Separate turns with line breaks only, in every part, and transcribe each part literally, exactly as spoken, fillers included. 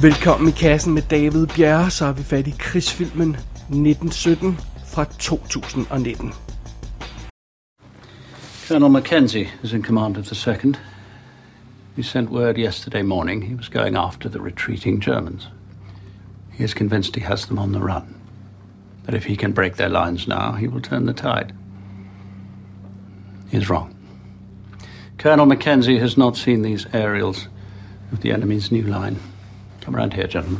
Velkommen i kassen med David Bjerre, så har vi fat i krigsfilmen nitten sytten fra to tusind nitten.
Colonel Mackenzie is in command of the second. He sent word yesterday morning he was going after the retreating Germans. He is convinced he has them on the run. That if he can break their lines now, he will turn the tide. He is wrong. Colonel Mackenzie has not seen these aerials of the enemy's new line. Come around here, gentlemen.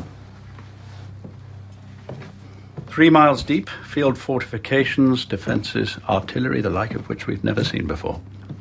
Three miles deep, field fortifications, defences, artillery, the like of which we've never seen before.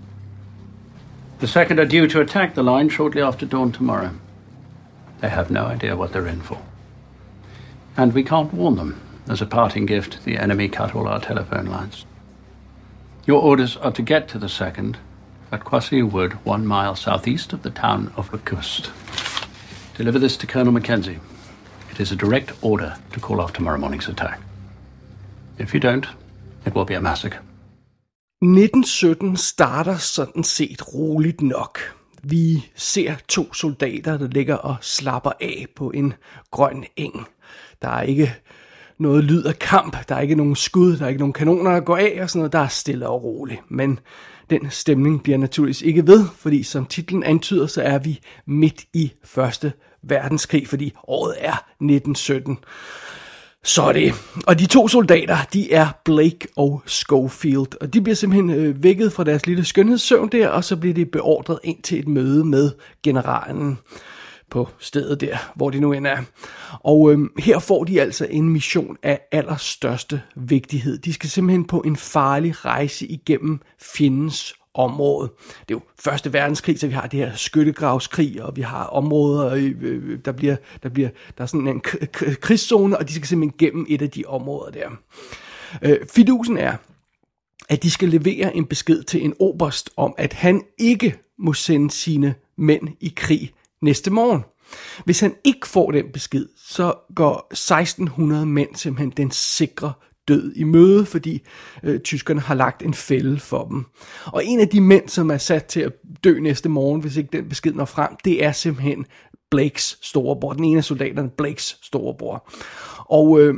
The second are due to attack the line shortly after dawn tomorrow. They have no idea what they're in for. And we can't warn them. As a parting gift, the enemy cut all our telephone lines. Your orders are to get to the second at Quasi Wood, one mile southeast of the town of Lacust. Deliver this to Colonel Mackenzie. It is a direct order to call off tomorrow morning's attack. If you don't, it will be a massacre.
nitten sytten starter sådan set roligt nok. Vi ser to soldater, der ligger og slapper af på en grøn eng. Der er ikke noget lyd af kamp, der er ikke nogen skud, der er ikke nogen kanoner, der går af og sådan noget. Der er stille og roligt. Men den stemning bliver naturligvis ikke ved, fordi som titlen antyder, så er vi midt i første verdenskrig, fordi året er nitten sytten. Så er det. Og de to soldater, de er Blake og Schofield, og de bliver simpelthen øh, vækket fra deres lille skønhedssøvn der, og så bliver de beordret ind til et møde med generalen på stedet der, hvor de nu end er. Og øh, her får de altså en mission af allerstørste vigtighed. De skal simpelthen på en farlig rejse igennem fjendens område. Det er jo første verdenskrig, så vi har det her skyttegravskrig, og vi har områder, øh, der bliver, der bliver, der er sådan en k- k- krigszone, og de skal simpelthen gennem et af de områder der. Øh, fidusen er, at de skal levere en besked til en oberst om, at han ikke må sende sine mænd i krig næste morgen. Hvis han ikke får den besked, så går seksten hundrede mænd simpelthen den sikre død i møde, fordi øh, tyskerne har lagt en fælde for dem. Og en af de mænd, som er sat til at dø næste morgen, hvis ikke den besked når frem, det er simpelthen Blakes storebror. Den ene af soldaterne, Blakes storebror. Og øh,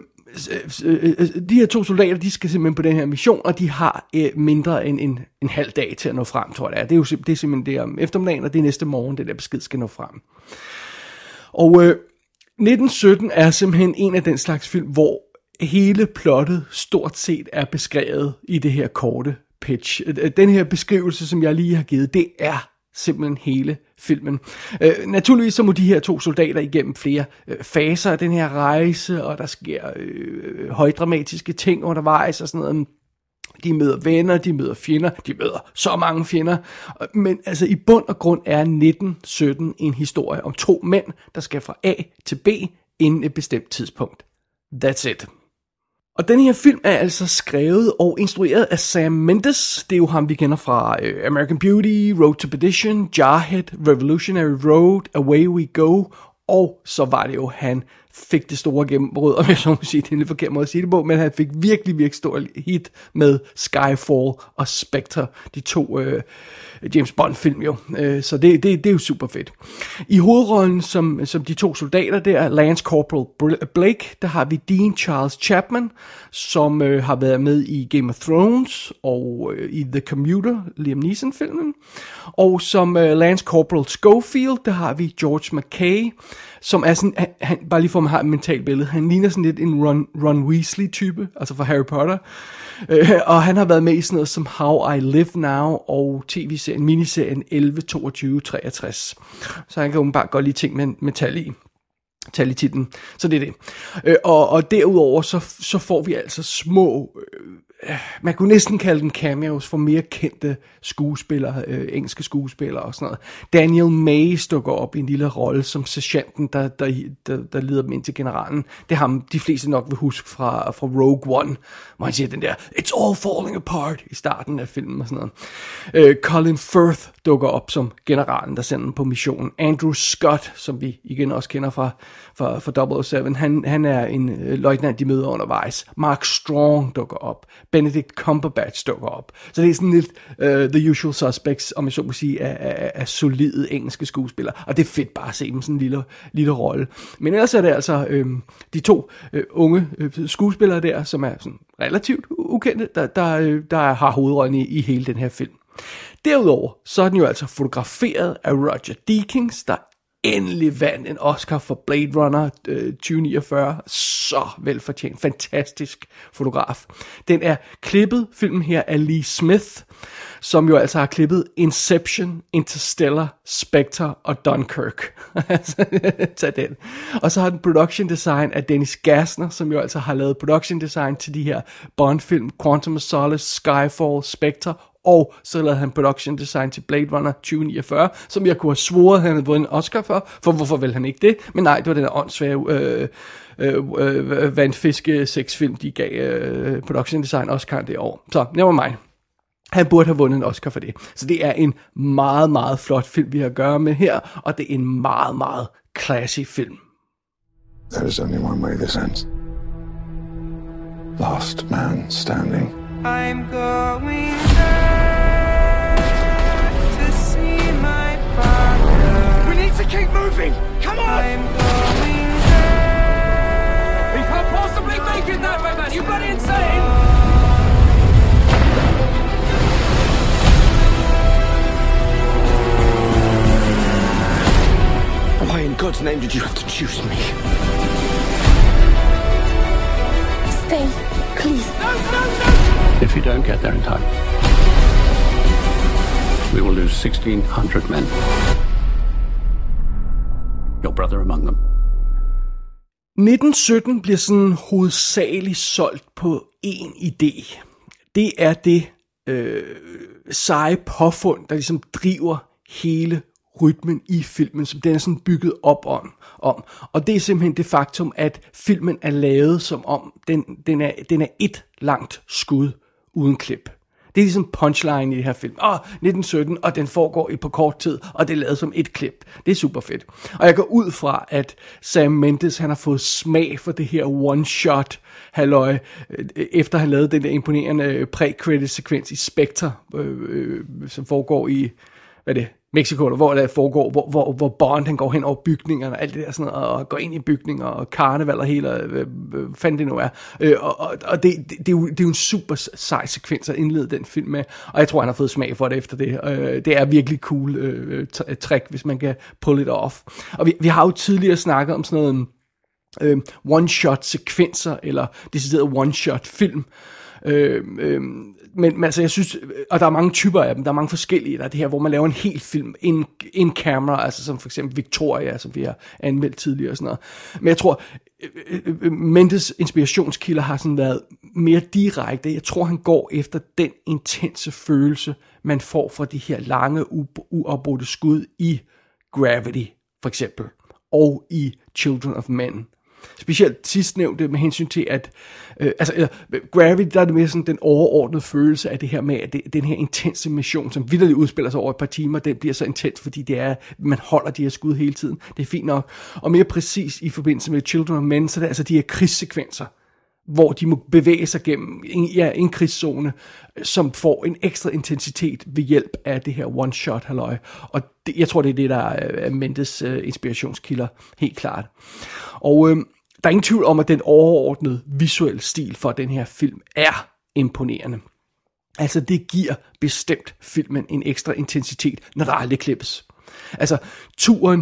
de her to soldater, de skal simpelthen på den her mission, og de har øh, mindre end en, en halv dag til at nå frem, tror jeg det er. Det er jo det er simpelthen det om eftermiddagen, og det er næste morgen, det der besked skal nå frem. Og øh, nitten sytten er simpelthen en af den slags film, hvor hele plottet stort set er beskrevet i det her korte pitch. Den her beskrivelse, som jeg lige har givet, det er simpelthen hele filmen. Øh, naturligvis så må de her to soldater igennem flere øh, faser af den her rejse, og der sker øh, højdramatiske ting undervejs og sådan noget. De møder venner, de møder fjender, de møder så mange fjender. Men altså i bund og grund er nitten sytten en historie om to mænd, der skal fra A til B inden et bestemt tidspunkt. That's it. Og den her film er altså skrevet og instrueret af Sam Mendes. Det er jo ham, vi kender fra uh, American Beauty, Road to Perdition, Jarhead, Revolutionary Road, Away We Go. Og så var det jo, han fik det store gennembrud, og jeg så må sige, det er en lidt forkert måde at sige det på, men han fik virkelig, virkelig stor hit med Skyfall og Spectre, de to øh, James Bond-film jo. Øh, så det, det, det er jo super fedt. I hovedrollen som, som de to soldater, der er Lance Corporal Blake, der har vi Dean Charles Chapman, som øh, har været med i Game of Thrones og øh, i The Commuter, Liam Neeson-filmen. Og som øh, Lance Corporal Schofield, der har vi George McKay, som er sådan, han, han, bare lige for at man har et mentalt billede, han ligner sådan lidt en Ron, Ron Weasley-type, altså fra Harry Potter, øh, og han har været med i sådan noget som How I Live Now, og tv-serien, miniserien elleve toogtyve treogtres, så han kan åbenbart godt lide ting med, med tal i. Tal i titlen. Så det er det. Øh, og, og derudover så, så får vi altså små, øh, man kunne næsten kalde dem cameos for mere kendte skuespillere, øh, engelske skuespillere og sådan noget. Daniel Mays dukker op i en lille rolle som sergeanten, der, der, der, der leder dem ind til generalen. Det er ham, de fleste nok vil huske fra, fra Rogue One, hvor han siger den der, it's all falling apart i starten af filmen og sådan noget. Øh, Colin Firth dukker op som generalen, der sender dem på missionen. Andrew Scott, som vi igen også kender fra For, for double oh seven. Han, han er en øh, løjtnant, de møder undervejs. Mark Strong dukker op. Benedict Cumberbatch dukker op. Så det er sådan lidt uh, The Usual Suspects, om jeg så må sige, af, af, af solide engelske skuespillere. Og det er fedt bare at se dem sådan en lille, lille rolle. Men ellers er det altså øh, de to øh, unge øh, skuespillere der, som er sådan relativt ukendte, der, der, der har hovedrollen i, i hele den her film. Derudover så er den jo altså fotograferet af Roger Deakins, der endelig vandt en Oscar for Blade Runner øh, tyve niogfyrre. Så velfortjent. Fantastisk fotograf. Den er klippet, filmen her, af Lee Smith, som jo altså har klippet Inception, Interstellar, Spectre og Dunkirk. Tag den. Og så har den production design af Dennis Gassner, som jo altså har lavet production design til de her Bond-film, Quantum of Solace, Skyfall, Spectre, og så lavede han production design til Blade Runner tyve niogfyrre, som jeg kunne have svoret, han havde vundet en Oscar for, for hvorfor ville han ikke det? Men nej, det var den der åndssvage øh, øh, øh, vandfiske sexfilm, de gav øh, production design Oscar det år. Så, never mind. Han burde have vundet en Oscar for det. Så det er en meget, meget flot film, vi har at gøre med her, og det er en meget, meget classy film.
There is only one way this ends. Last man standing.
I'm going back to see my father.
We need to keep moving. Come on!
I'm going back.
We can't possibly make it that way, man. You bloody insane!
Why in God's name did you have to choose me?
Stay, please.
No, no, no!
If you don't get there in time, we will lose sixteen hundred men. Your brother among them.
nitten sytten bliver sådan hovedsageligt solgt på én idé. Det er det øh, seje påfund, der ligesom driver hele rytmen i filmen, som den er sådan bygget op om. om. Og det er simpelthen det faktum, at filmen er lavet som om, den, den, er, den er et langt skud uden klip. Det er ligesom punchline i det her film. Åh, nitten sytten, og den foregår i på kort tid, og det er lavet som et klip. Det er super fedt. Og jeg går ud fra, at Sam Mendes, han har fået smag for det her one-shot halløj, efter han lavede den der imponerende pre-credit-sekvens i Spectre, øh, øh, som foregår i, hvad er det, Mexico, eller hvor det foregår, hvor, hvor, hvor Bond han går hen over bygningerne og alt det der sådan noget, og går ind i bygninger og karneval og hele, øh, øh, fandt det nu er. Øh, og og, og det, det, det, er jo, det er jo en super sej sekvens at indlede den film med, og jeg tror, han har fået smag for det efter det. Øh, det er virkelig cool øh, trick, hvis man kan pull it off. Og vi, vi har jo tidligere snakket om sådan noget øh, one-shot sekvenser, eller decideret one-shot film. Øh, øh, men, men altså jeg synes, og der er mange typer af dem, der er mange forskellige, der er det her, hvor man laver en hel film in, in camera, altså som for eksempel Victoria, som vi har anmeldt tidligere og sådan noget. Men jeg tror, øh, Mendes inspirationskilder har sådan været mere direkte. Jeg tror, han går efter den intense følelse, man får fra de her lange, u- uafbrudte skud i Gravity, for eksempel, og i Children of Men. Specielt sidstnævnte med hensyn til, at øh, altså, øh, Gravity, der er det mere sådan den overordnede følelse af det her med, at det, den her intense mission, som vitterligt udspiller sig over et par timer, den bliver så intens, fordi det er, man holder de her skud hele tiden. Det er fint nok. Og mere præcis i forbindelse med Children of Men, så er det altså de her krigssekvenser, hvor de må bevæge sig gennem en, ja, en krigszone, som får en ekstra intensitet ved hjælp af det her one-shot halløj. Og det, jeg tror, det er det, der er Mendes uh, inspirationskilder, helt klart. Og øh, der er ingen tvivl om, at den overordnede visuelle stil for den her film er imponerende. Altså, det giver bestemt filmen en ekstra intensitet, når der aldrig klippes. Altså, turen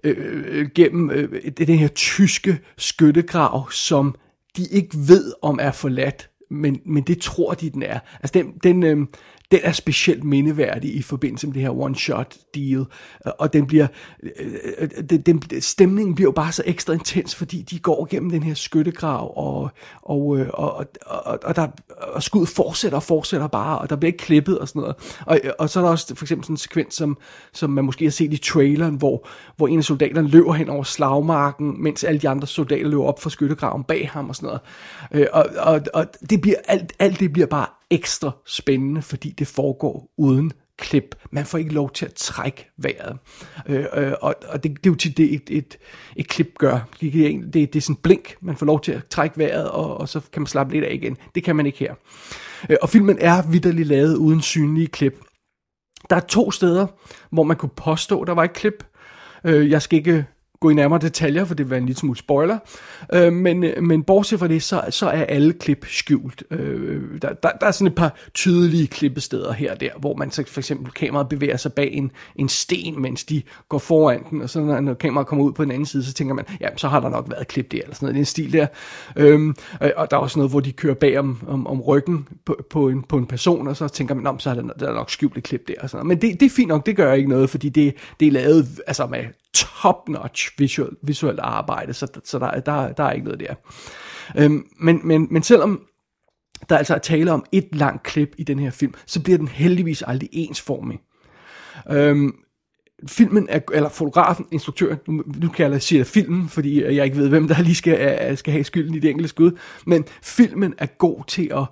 øh, gennem øh, den her tyske skyttegrav, som de ikke ved, om er forladt, men, men det tror de, den er. Altså, den, den, øh, den er specielt mindeværdig i forbindelse med det her one-shot deal, og den bliver, øh, den, den, stemningen bliver jo bare så ekstra intens, fordi de går gennem den her skyttegrav, og, og, øh, og, og, og, der, og skud fortsætter og fortsætter bare, og der bliver ikke klippet og sådan noget. Og, og så er der også for eksempel sådan en sekvens, som, som man måske har set i traileren, hvor, hvor en af soldaterne løber hen over slagmarken, mens alle de andre soldater løber op for skyttegraven bag ham og sådan noget. Øh, og, og, og det bliver, alt, alt det bliver bare ekstra spændende, fordi det foregår uden klip. Man får ikke lov til at trække vejret. Øh, øh, og og det, det er jo tit det, et, et, et klip gør. Det, det, det er sådan blink. Man får lov til at trække vejret, og, og så kan man slappe lidt af igen. Det kan man ikke her. Øh, og filmen er vitterligt lavet uden synlige klip. Der er to steder, hvor man kunne påstå, der var et klip. Øh, jeg skal ikke gå i nærmere detaljer, for det vil være en lille smule spoiler. Øh, men, men bortset fra det, så, så er alle klip skjult. Øh, der, der, der er sådan et par tydelige klippesteder her og der, hvor man så for eksempel kameraet bevæger sig bag en, en sten, mens de går foran den, og så når, når kameraet kommer ud på den anden side, så tænker man, ja, så har der nok været klip der, eller sådan noget. Det er en stil der. Øh, og der er også noget, hvor de kører bag om, om, om ryggen på, på, en, på en person, og så tænker man, nå, så er der, der er nok skjult et klip der, og sådan noget. Men det, det er fint nok, det gør ikke noget, fordi det, det er lavet altså med top-notch visual, visuelt arbejde, så, så der, der, der er ikke noget der. Øhm, men, men, men selvom der altså er tale om et langt klip i den her film, så bliver den heldigvis aldrig ensformig. Øhm, filmen er, eller fotografen, instruktøren, nu, nu kan jeg sige det filmen, fordi jeg ikke ved, hvem der lige skal, skal have skylden i det enkelte skud, men filmen er god til at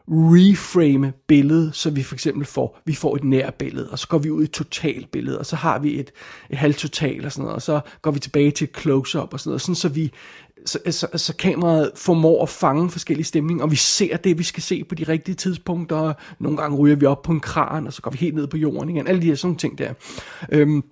reframe billedet, så vi for eksempel får, vi får et nærbillede, og så går vi ud i et totalbillede, og så har vi et, et halvtotal og sådan noget, og så går vi tilbage til et close-up og sådan noget, sådan så vi, så, så, så kameraet formår at fange forskellige stemninger, og vi ser det, vi skal se på de rigtige tidspunkter, og nogle gange ryger vi op på en kran, og så går vi helt ned på jorden igen, alle de her sådan ting der. Øhm,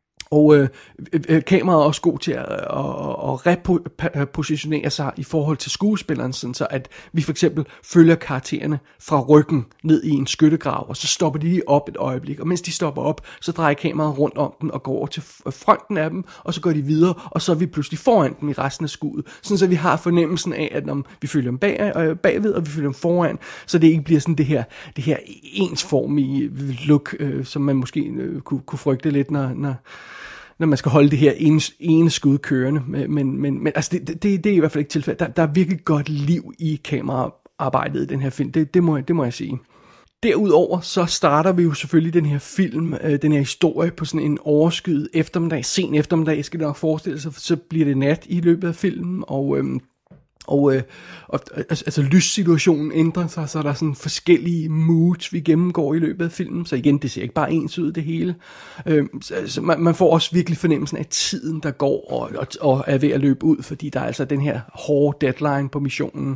Og øh, øh, kameraet er også god til at, at, at repositionere sig i forhold til skuespilleren, sådan så at vi for eksempel følger karaktererne fra ryggen ned i en skyttegrav, og så stopper de lige op et øjeblik, og mens de stopper op, så drejer kameraet rundt om den og går over til fronten af dem, og så går de videre, og så er vi pludselig foran dem i resten af skuddet, sådan så vi har fornemmelsen af, at når vi følger dem bag, øh, bagved, og vi følger dem foran, så det ikke bliver sådan det her, det her ensformige look, øh, som man måske øh, kunne, kunne frygte lidt, når, når når man skal holde det her ene, ene skud kørende. Men, men, men altså det, det, det er i hvert fald ikke tilfældet. Der, der er virkelig godt liv i kameraarbejdet i den her film. Det, det, må, det må jeg sige. Derudover så starter vi jo selvfølgelig den her film, øh, den her historie på sådan en overskyet eftermiddag, sen eftermiddag, skal det nok forestille sig, så bliver det nat i løbet af filmen, og... Øh, Og, øh, og altså lyssituationen ændrer sig, så er der sådan forskellige moods, vi gennemgår i løbet af filmen. Så igen, det ser ikke bare ens ud det hele. Øh, så, så man, man får også virkelig fornemmelsen af tiden, der går og, og, og er ved at løbe ud, fordi der er altså den her hårde deadline på missionen.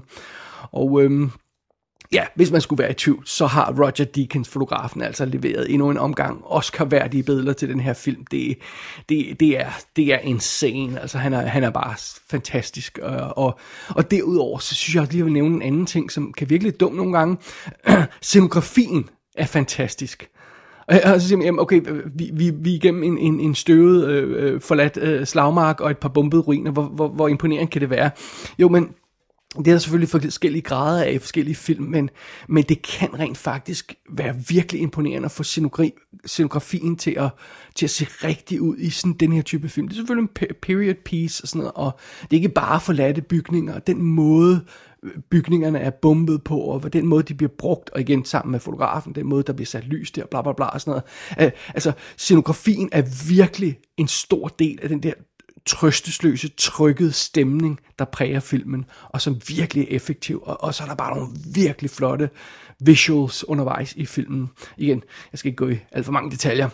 Og øh, ja, hvis man skulle være i tvivl, så har Roger Deakins, fotografen, altså leveret endnu en omgang Oscar-værdige billeder til den her film. Det, det, det, er, det er insane. Altså, han er, han er bare fantastisk. Og, og, og derudover, så synes jeg også lige, at jeg vil nævne en anden ting, som kan virke lidt dum nogle gange. Scenografien er fantastisk. Og så siger man, okay, vi, vi, vi er igennem en, en, en støvet, øh, forladt øh, slagmark og et par bombede ruiner. Hvor, hvor, hvor imponerende kan det være? Jo, men det er der selvfølgelig forskellige grader af i forskellige film, men, men det kan rent faktisk være virkelig imponerende at få scenografi, scenografien til at, til at se rigtig ud i sådan den her type film. Det er selvfølgelig en period piece og sådan noget, og det er ikke bare forladte bygninger, og den måde bygningerne er bombet på, og den måde de bliver brugt, og igen sammen med fotografen, den måde der bliver sat lys der, bla bla bla og sådan noget. Altså scenografien er virkelig en stor del af den der trøstesløse, trykkede stemning, der præger filmen, og som virkelig er effektiv, og, og så er der bare nogle virkelig flotte visuals undervejs i filmen. Igen, jeg skal ikke gå i alt for mange detaljer.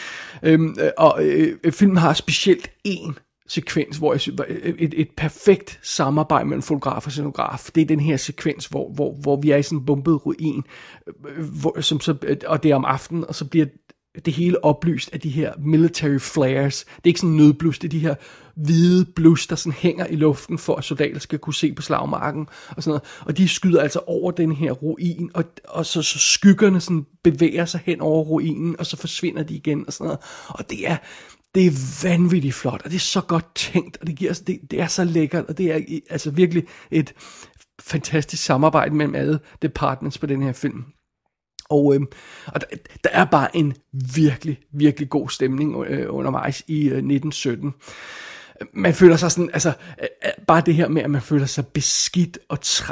Øhm, og øh, filmen har specielt en sekvens, hvor jeg synes, et, et perfekt samarbejde mellem fotograf og scenograf. Det er den her sekvens, hvor, hvor, hvor vi er i sådan en bombet ruin, hvor, som så, og det er om aftenen, og så bliver det hele oplyst af de her military flares. Det er ikke sådan en nødblus, det er de her hvide blus, der sådan hænger i luften, for at soldater skal kunne se på slagmarken og sådan noget. Og de skyder altså over den her ruin, og, og så, så skyggerne sådan bevæger sig hen over ruinen, og så forsvinder de igen og sådan noget. Og det er, det er vanvittigt flot, og det er så godt tænkt, og det, giver, det, det er så lækkert, og det er altså virkelig et fantastisk samarbejde mellem alle departments på den her film. Og, øh, og der, der er bare en virkelig, virkelig god stemning øh, undervejs i øh, nitten sytten. Man føler sig sådan, altså, øh, bare det her med, at man føler sig beskidt og træt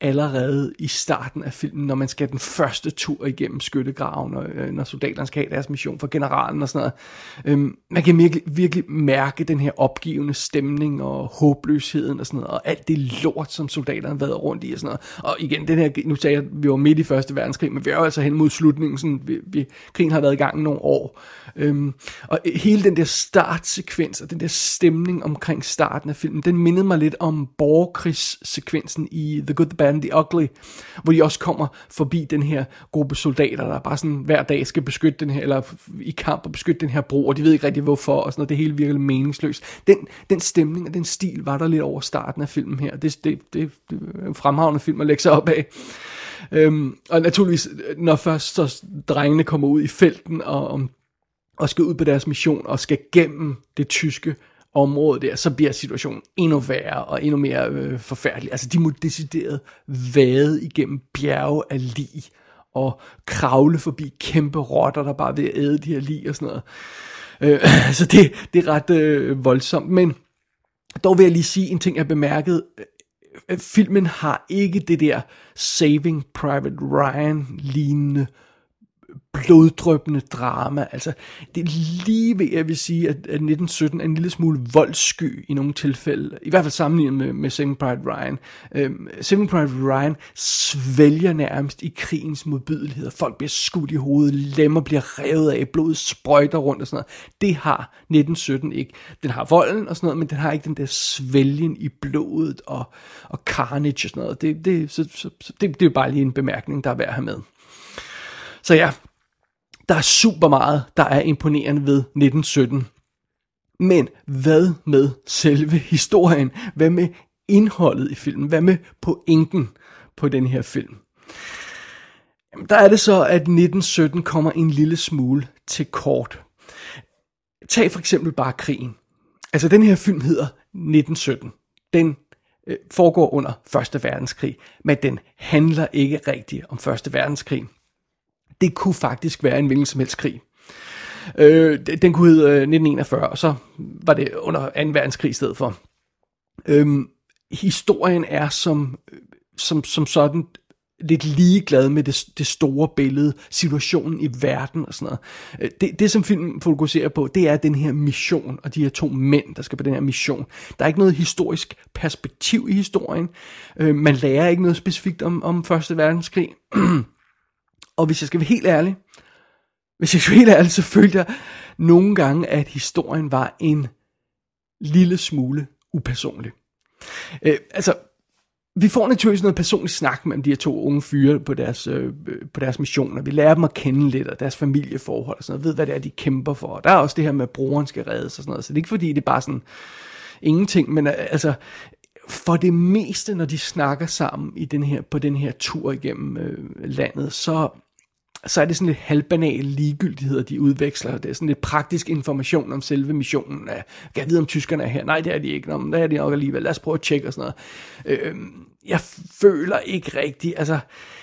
allerede i starten af filmen, når man skal den første tur igennem skyttegraven, når, når soldaterne skal have deres mission for generalen og sådan noget. Øhm, man kan virkelig, virkelig mærke den her opgivende stemning og håbløsheden og sådan noget, og alt det lort, som soldaterne har været rundt i og sådan noget. Og igen, den her, nu sagde jeg, at vi var midt i første verdenskrig, men vi er jo altså hen mod slutningen, sådan, vi, vi, krigen har været i gang nogle år. Øhm, og hele den der startsekvens og den der stemning omkring starten af filmen, den mindede mig lidt om borgerkrigssekvensen i The Good, The Bad and The Ugly, hvor de også kommer forbi den her gruppe soldater, der bare sådan hver dag skal beskytte den her, eller i kamp og beskytte den her bro, og de ved ikke rigtig hvorfor, og sådan noget. Det hele virker lidt meningsløst. Den, den stemning og den stil var der lidt over starten af filmen her. Det, det, det, det er en fremragende film at lægge sig op af. Øhm, og naturligvis, når først så drengene kommer ud i felten og, og skal ud på deres mission og skal gennem det tyske område der, så bliver situationen endnu værre og endnu mere øh, forfærdelig. Altså, de må decideret vade igennem bjerge af lig og kravle forbi kæmpe rotter, der bare vil æde de her lig og sådan noget. Øh, så det, det er ret øh, voldsomt. Men dog vil jeg lige sige en ting, jeg bemærkede. Filmen har ikke det der Saving Private Ryan-lignende bloddrøbende drama. Altså, det er lige ved, jeg vil sige, at, at nitten sytten er en lille smule voldssky i nogle tilfælde. I hvert fald sammenlignet med, med Saving Private Ryan. Øhm, Saving Private Ryan svælger nærmest i krigens modbydeligheder. Folk bliver skudt i hovedet, lemmer bliver revet af, blodet sprøjter rundt og sådan noget. Det har nitten sytten ikke. Den har volden og sådan noget, men den har ikke den der svælgen i blodet og, og carnage og sådan noget. Det, det, så, så, så, det, det er bare lige en bemærkning, der er værd at have med. Så ja, der er super meget, der er imponerende ved nitten sytten. Men hvad med selve historien? Hvad med indholdet i filmen? Hvad med pointen på den her film? Jamen, der er det så, at nitten sytten kommer en lille smule til kort. Tag for eksempel bare krigen. Altså, den her film hedder nitten sytten. Den øh, foregår under første verdenskrig, men den handler ikke rigtigt om første verdenskrig. Det kunne faktisk være en hvilken som helst krig. Øh, den kunne hedde nitten enogfyrre, og så var det under anden verdenskrig i stedet for. Øh, historien er som, som, som sådan lidt ligeglad med det, det store billede, situationen i verden og sådan noget. Det, det som filmen fokuserer på, det er den her mission, og de her to mænd, der skal på den her mission. Der er ikke noget historisk perspektiv i historien. Øh, man lærer ikke noget specifikt om, om første verdenskrig. Og hvis jeg skal være helt ærlig, hvis jeg skal være helt ærlig, så følte jeg nogle gange, at historien var en lille smule upersonlig. Øh, altså, vi får naturligvis noget personligt snak mellem de her to unge fyre på deres, øh, på deres missioner. Vi lærer dem at kende lidt af deres familieforhold og sådan noget. Ved, hvad det er, de kæmper for. Og der er også det her med, at broren skal reddes og sådan noget. Så det er ikke fordi, det er bare sådan ingenting, men altså, for det meste, når de snakker sammen i den her, på den her tur igennem øh, landet, så, så er det sådan lidt halvbanale ligegyldigheder, de udveksler. Det er sådan lidt praktisk information om selve missionen. Kan jeg vide, om tyskerne er her? Nej, det er de ikke. Nå, men der er de nok alligevel. Lad os prøve at tjekke og sådan noget. Øh, jeg føler ikke rigtigt, altså...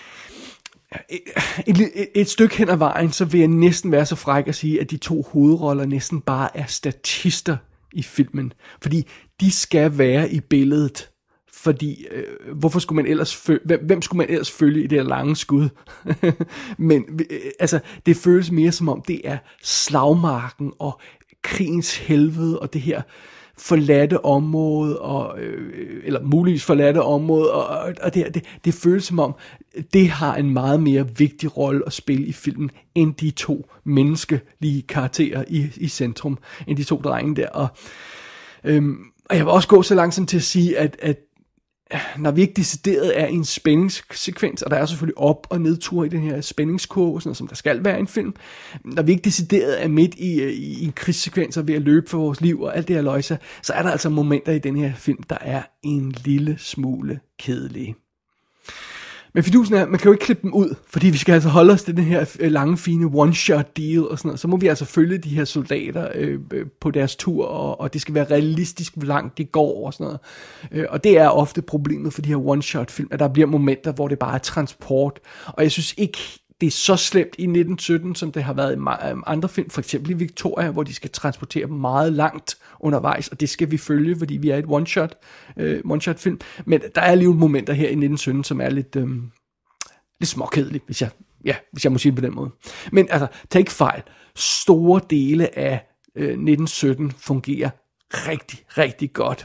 Et, et, et stykke hen ad vejen, så vil jeg næsten være så fræk at sige, at de to hovedroller næsten bare er statister i filmen. Fordi de skal være i billedet. Fordi, øh, hvorfor skulle man ellers følge, hvem, hvem skulle man ellers følge i det her lange skud? Men øh, altså, det føles mere som om, det er slagmarken og krigens helvede og det her forladte område, og, øh, eller muligvis forladte område, og, og det, det, det føles som om, det har en meget mere vigtig rolle at spille i filmen, end de to menneskelige karakterer i, i centrum, end de to drenge der. Og, øhm, og jeg vil også gå så langsomt til at sige, at, at når vi ikke decideret er i en spændingssekvens, og der er selvfølgelig op- og nedtur i den her spændingskurve, sådan noget, som der skal være i en film, når vi ikke decideret er midt i, i en krigssekvens og ved at løbe for vores liv og alt det her løjse, så er der altså momenter i den her film, der er en lille smule kedelige. Men fidusen er, man kan jo ikke klippe dem ud, fordi vi skal altså holde os til den her lange, fine one-shot deal og sådan noget. Så må vi altså følge de her soldater øh, på deres tur, og, og det skal være realistisk, hvor langt de går og sådan noget. Øh, og det er ofte problemet for de her one-shot film, at der bliver momenter, hvor det bare er transport. Og jeg synes ikke, det er så slemt i nitten sytten, som det har været i ma- andre film, for eksempel i Victoria, hvor de skal transportere dem meget langt undervejs, og det skal vi følge, fordi vi er et one-shot, øh, one-shot film. Men der er alligevel momenter her i nitten sytten, som er lidt, øh, lidt småkedelige, hvis jeg, ja, hvis jeg må sige det på den måde. Men altså, tag ikke fejl. Store dele af øh, nitten sytten fungerer rigtig, rigtig godt.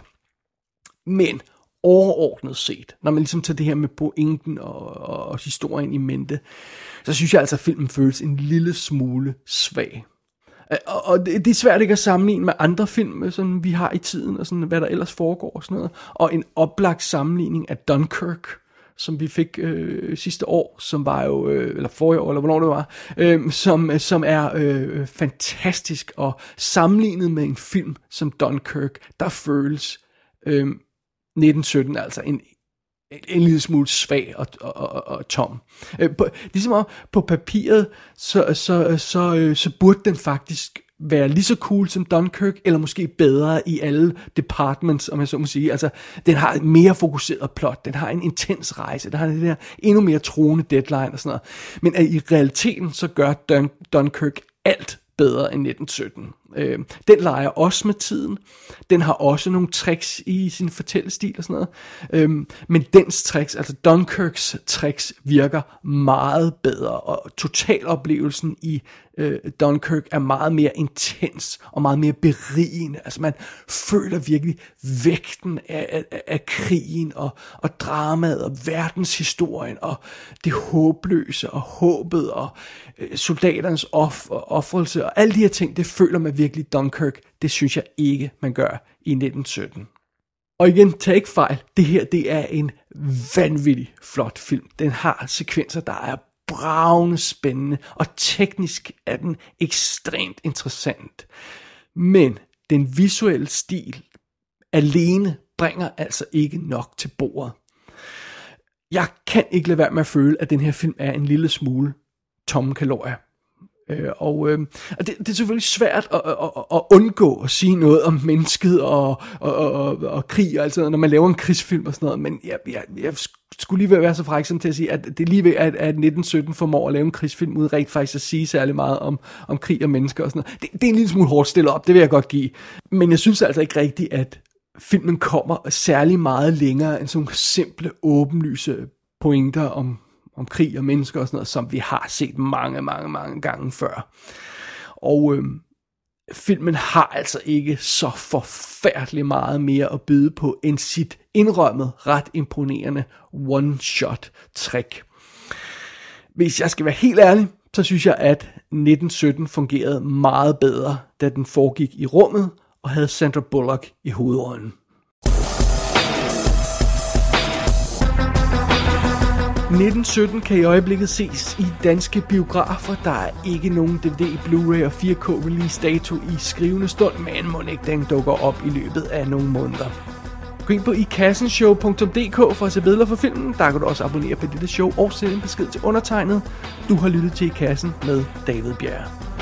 Men overordnet set, når man ligesom tager det her med pointen og, og, og historien i mente, så synes jeg altså, at filmen føles en lille smule svag. Og, og det, det er svært ikke at sammenligne med andre film, som vi har i tiden, og sådan, hvad der ellers foregår og sådan noget. Og en oplagt sammenligning af Dunkirk, som vi fik øh, sidste år, som var jo, øh, eller forrige år, eller hvornår det var, øh, som, som er øh, fantastisk, og sammenlignet med en film som Dunkirk, der føles øh, nitten sytten altså en, en lille smule svag og, og, og, og tom. Øh, på, ligesom om på papiret, så, så, så, øh, så burde den faktisk være lige så cool som Dunkirk, eller måske bedre i alle departments, om jeg så må sige. Altså, den har et mere fokuseret plot, den har en intens rejse, den har det der endnu mere troende deadline og sådan noget. Men at i realiteten, så gør Dun- Dunkirk alt bedre end nitten sytten. Øh, den leger også med tiden. Den har også nogle tricks i sin fortællestil og sådan noget. Øh, men dens tricks, altså Dunkirks tricks, virker meget bedre. Og totaloplevelsen i øh, Dunkirk er meget mere intens og meget mere berigende. Altså man føler virkelig vægten af, af, af krigen og, og dramaet og verdenshistorien og det håbløse og håbet og øh, soldaternes off- og offrelse og alle de her ting, det føler man virkelig i Dunkirk. Det synes jeg ikke, man gør i nitten sytten. Og igen, tag ikke fejl. Det her, det er en vanvittig flot film. Den har sekvenser, der er bravende spændende, og teknisk er den ekstremt interessant. Men den visuelle stil alene bringer altså ikke nok til bordet. Jeg kan ikke lade være med at føle, at den her film er en lille smule tomme kalorier. Øh, og øh, og det, det er selvfølgelig svært at, at, at undgå at sige noget om mennesket og, og, og, og krig og alt sådan noget, når man laver en krigsfilm og sådan noget, men jeg, jeg, jeg skulle lige være så fræk som til at sige, at det er lige ved, at, at nitten sytten formår at lave en krigsfilm uden rent faktisk at sige særlig meget om, om krig og mennesker og sådan noget. Det, det er en lille smule hårdt stillet op, det vil jeg godt give. Men jeg synes altså ikke rigtigt, at filmen kommer særlig meget længere end sådan nogle simple, åbenlyse pointer om om krig og mennesker og sådan noget, som vi har set mange, mange, mange gange før. Og øh, filmen har altså ikke så forfærdeligt meget mere at byde på, end sit indrømmet ret imponerende one-shot-trick. Hvis jeg skal være helt ærlig, så synes jeg, at nitten sytten fungerede meget bedre, da den foregik i rummet, og havde Sandra Bullock i hovedrollen. nitten sytten kan i øjeblikket ses i danske biografer. Der er ikke nogen D V D, Blu-ray og fire K release dato i skrivende stund, men må ikke den dukker op i løbet af nogle måneder. Gå ind på i kassen show punktum d k for at se billeder for filmen. Der kan du også abonnere på dette show og sende en besked til undertegnet. Du har lyttet til I Kassen med David Bjerre.